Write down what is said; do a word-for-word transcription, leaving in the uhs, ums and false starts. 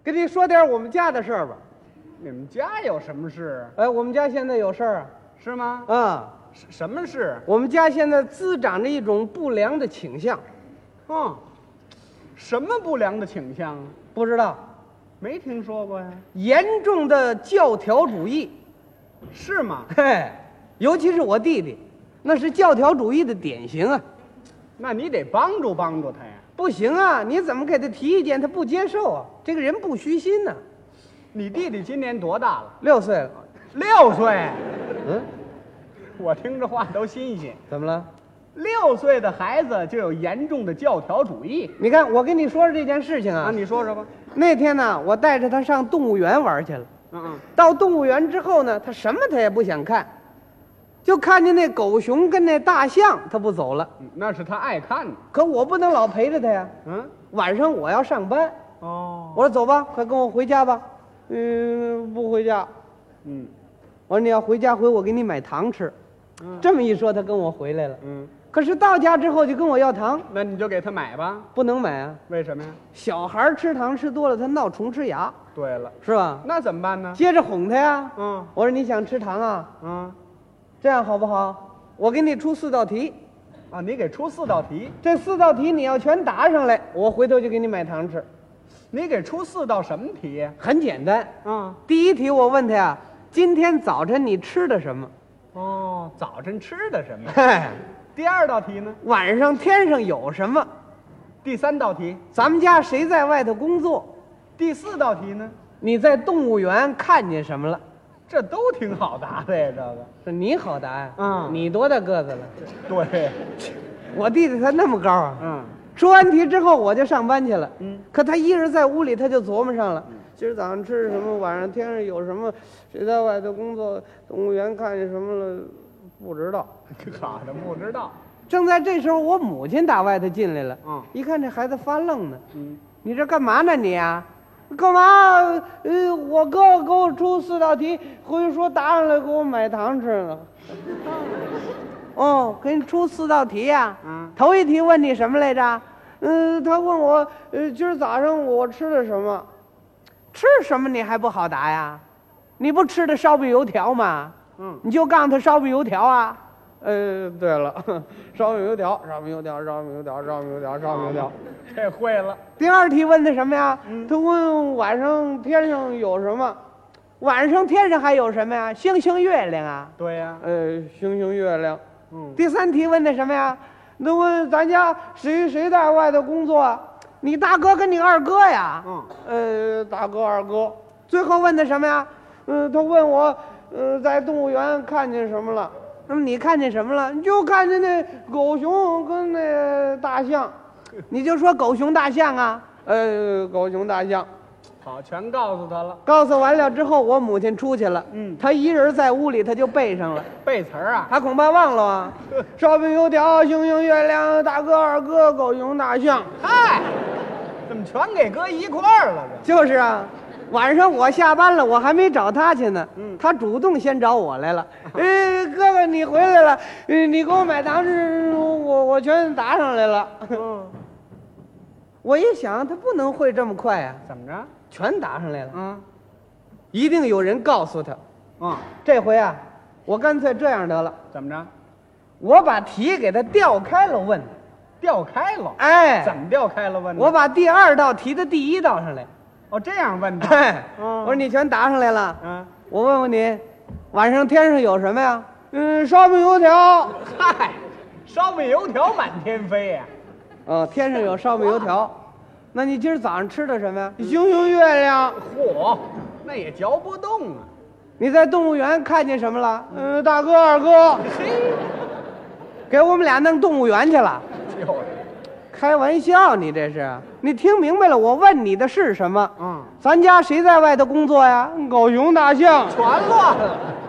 跟你说点我们家的事儿吧。 你们家有什么事？ 哎，我们家现在有事儿啊。 是吗？ 啊， 什什么事？ 我们家现在滋长着一种不良的倾向。 嗯，什么不良的倾向啊？ 不知道？ 没听说过呀。 严重的教条主义。 是吗？ 嘿，尤其是我弟弟，那是教条主义的典型啊。 那你得帮助帮助他呀。 不行啊，你怎么给他提意见，他不接受啊？这个人不虚心呐、啊。 你弟弟今年多大了？ 六岁了。 六岁？ 嗯， 我听这话都新鲜。 怎么了？ 六岁的孩子就有严重的教条主义？ 你看，我跟你说说这件事情啊。 啊，你说说吧。 那天呢，我带着他上动物园玩去了。 嗯嗯。 到动物园之后呢，他什么他也不想看，就看见那狗熊跟那大象，他不走了。 那是他爱看的。 可我不能老陪着他呀。 嗯。 晚上我要上班。 哦。 我说走吧，快跟我回家吧。嗯，不回家。 嗯。 我说你要回家回我给你买糖吃。嗯。这么一说，他跟我回来了。 嗯。 可是到家之后就跟我要糖。 那你就给他买吧。 不能买啊。 为什么呀？ 小孩吃糖吃多了，他闹虫吃牙。 对了。 是吧？ 那怎么办呢？ 接着哄他呀。 嗯。 我说你想吃糖啊？ 嗯。 这样好不好？我给你出四道题。 啊，你给出四道题。 这四道题你要全答上来，我回头就给你买糖吃。 你给出四道什么题呀？ 很简单。 嗯。 第一题我问他呀，今天早晨你吃的什么？ 哦，早晨吃的什么？ 嘿。 第二道题呢？ 晚上天上有什么？ 第三道题？ 咱们家谁在外头工作？ 第四道题呢？ 你在动物园看见什么了？ 这都挺好答的呀，这个。 是你好答呀。 嗯。 你多大个子了？ 对。 我弟弟他那么高啊。 嗯。 说完题之后我就上班去了。 嗯。 可他一人在屋里他就琢磨上了。嗯。今儿早上吃什么？晚上天上有什么？谁在外头工作？动物园看见什么了？不知道。 好的，不知道。 正在这时候，我母亲打外头进来了。 嗯。 一看这孩子发愣呢。 嗯。 你这干嘛呢你啊？干嘛？呃，我哥给我出四道题，回去说答上来给我买糖吃呢。哦，给你出四道题呀、啊。 嗯。 头一题问你什么来着？嗯、呃，他问我，呃，今儿早上我吃了什么？吃什么你还不好答呀？你不吃的烧饼油条吗？ 嗯。 你就告诉他烧饼油条啊。呃，对了，烧饼油条，烧饼油条，烧饼油条，烧饼油条，烧饼油条， 这会了。 第二题问的什么呀？ 嗯、 他问晚上天上有什么？晚上天上还有什么呀？星星月亮啊。 对呀、啊。 呃，星星月亮。 嗯。 第三题问的什么呀？那问咱家谁谁在外头工作？你大哥跟你二哥呀。 嗯。 呃，大哥二哥。最后问的什么呀？嗯、呃，他问我，呃，在动物园看见什么了？那么你看见什么了？你就看见那狗熊跟那大象，你就说狗熊大象啊。呃，狗熊大象。 好，全告诉他了。 告诉完了之后，我母亲出去了。 嗯， 他一人在屋里，他就背上了。 背词儿啊？ 他恐怕忘了啊。烧饼油条，星星月亮，大哥二哥，狗熊大象。 嗨，怎么全给搁一块儿了？ 这就是啊。晚上我下班了，我还没找他去呢。 嗯， 他主动先找我来了。呃，哥哥你回来了，呃，你给我买糖吃，我我全答上来了。 嗯， 我一想，他不能会这么快啊。 怎么着？ 全答上来了。 嗯， 一定有人告诉他。 嗯， 这回啊，我干脆这样得了。 怎么着？ 我把题给他调开了问。 调开了？ 哎， 怎么调开了问？ 我把第二道题的第一道上来。 哦，这样问的。 哎，我说你全答上来了。 嗯， 我问问你，晚上天上有什么呀？嗯，烧饼油条。 嗨，烧饼油条满天飞呀。 哦，天上有烧饼油条。那你今儿早上吃的什么呀？星星月亮。 嚯，那也嚼不动啊。 你在动物园看见什么了？嗯，大哥二哥。 嘿， 给我们俩弄动物园去了。 就是。 开玩笑，你这是？你听明白了？我问你的是什么？ 嗯， 咱家谁在外头工作呀？狗熊大象。 全乱了。